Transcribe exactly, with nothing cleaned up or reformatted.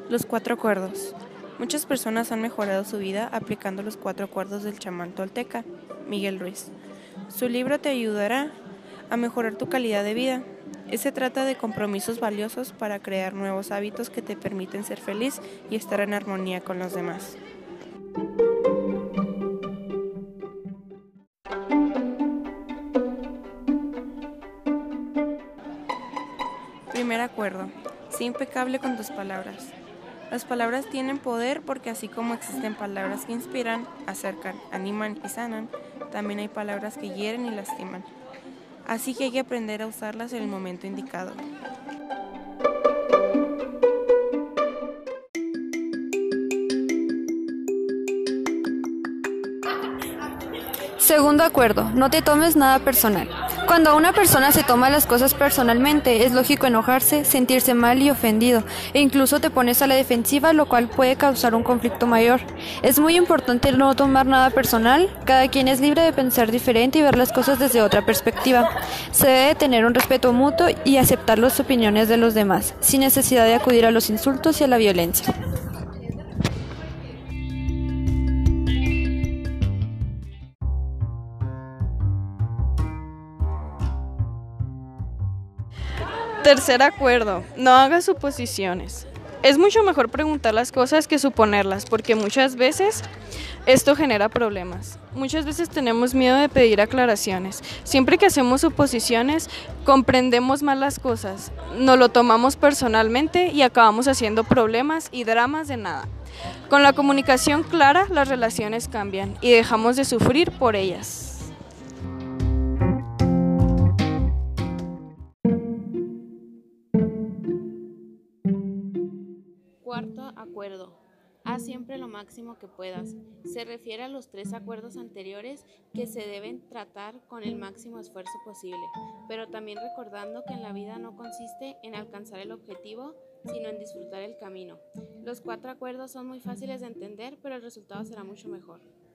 Los cuatro acuerdos. Muchas personas han mejorado su vida aplicando los cuatro acuerdos del chamán tolteca, Miguel Ruiz. Su libro te ayudará a mejorar tu calidad de vida. Se trata de compromisos valiosos para crear nuevos hábitos que te permiten ser feliz y estar en armonía con los demás. Primer acuerdo. Sé impecable con tus palabras. Las palabras tienen poder porque así como existen palabras que inspiran, acercan, animan y sanan, también hay palabras que hieren y lastiman. Así que hay que aprender a usarlas en el momento indicado. Segundo acuerdo, no te tomes nada personal. Cuando una persona se toma las cosas personalmente, es lógico enojarse, sentirse mal y ofendido, e incluso te pones a la defensiva, lo cual puede causar un conflicto mayor. Es muy importante no tomar nada personal, cada quien es libre de pensar diferente y ver las cosas desde otra perspectiva. Se debe tener un respeto mutuo y aceptar las opiniones de los demás, sin necesidad de acudir a los insultos y a la violencia. Tercer acuerdo, no hagas suposiciones. Es mucho mejor preguntar las cosas que suponerlas, porque muchas veces esto genera problemas. Muchas veces tenemos miedo de pedir aclaraciones. Siempre que hacemos suposiciones, comprendemos mal las cosas, nos lo tomamos personalmente y acabamos haciendo problemas y dramas de nada. Con la comunicación clara, las relaciones cambian y dejamos de sufrir por ellas. Cuarto acuerdo. Haz siempre lo máximo que puedas. Se refiere a los tres acuerdos anteriores que se deben tratar con el máximo esfuerzo posible, pero también recordando que en la vida no consiste en alcanzar el objetivo, sino en disfrutar el camino. Los cuatro acuerdos son muy fáciles de entender, pero el resultado será mucho mejor.